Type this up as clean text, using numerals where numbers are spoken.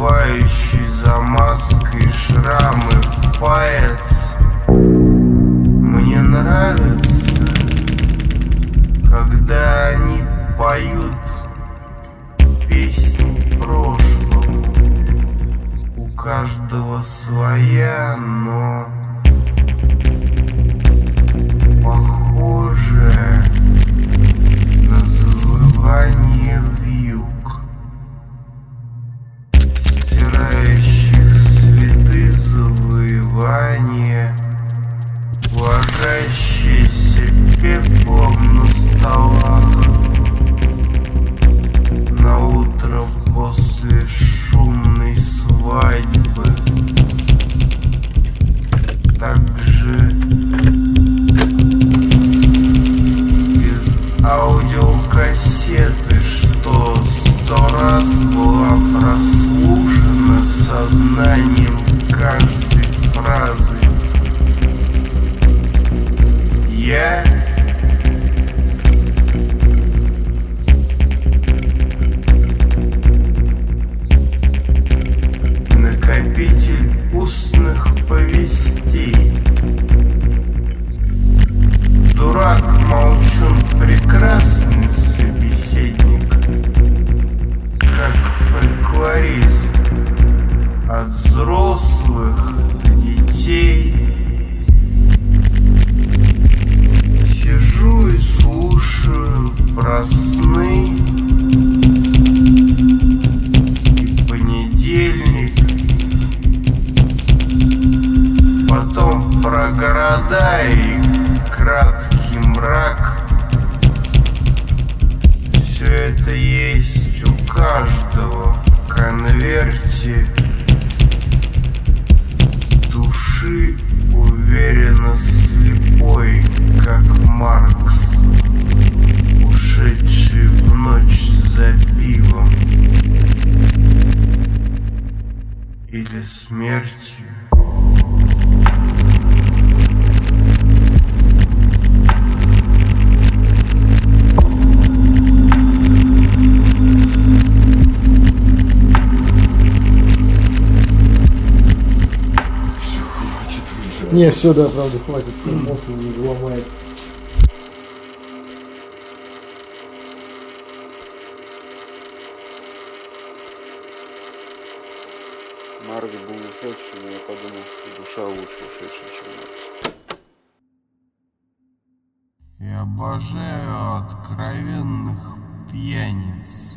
скрывающий за маской шрамы паяц. Мне нравится, когда они поют песни прошлого. У каждого своя, но похожая на завывание вьюг, стирающих следы завоевания, ложащиеся пеплом на столах. На утро после шумной свадьбы также из аудиокассеты, что 100 раз была прослушана сознанием каждой фразы. Я накопитель устных повестей. Дурак, молчун, прекрасный собеседник, как фольклорист, от взрослых до детей. Сижу и слушаю про сны и понедельник, потом про города и краткий мрак. Все это есть у каждого в конверте души, уверенно слепой, как Маркс, ушедший в ночь за пивом или смертью. Не, все, да, правда, хватит, мозг не ломается. Маркс был ушедший, но я подумал, что душа лучше ушедшая, чем Маркс. Я обожаю откровенных пьяниц.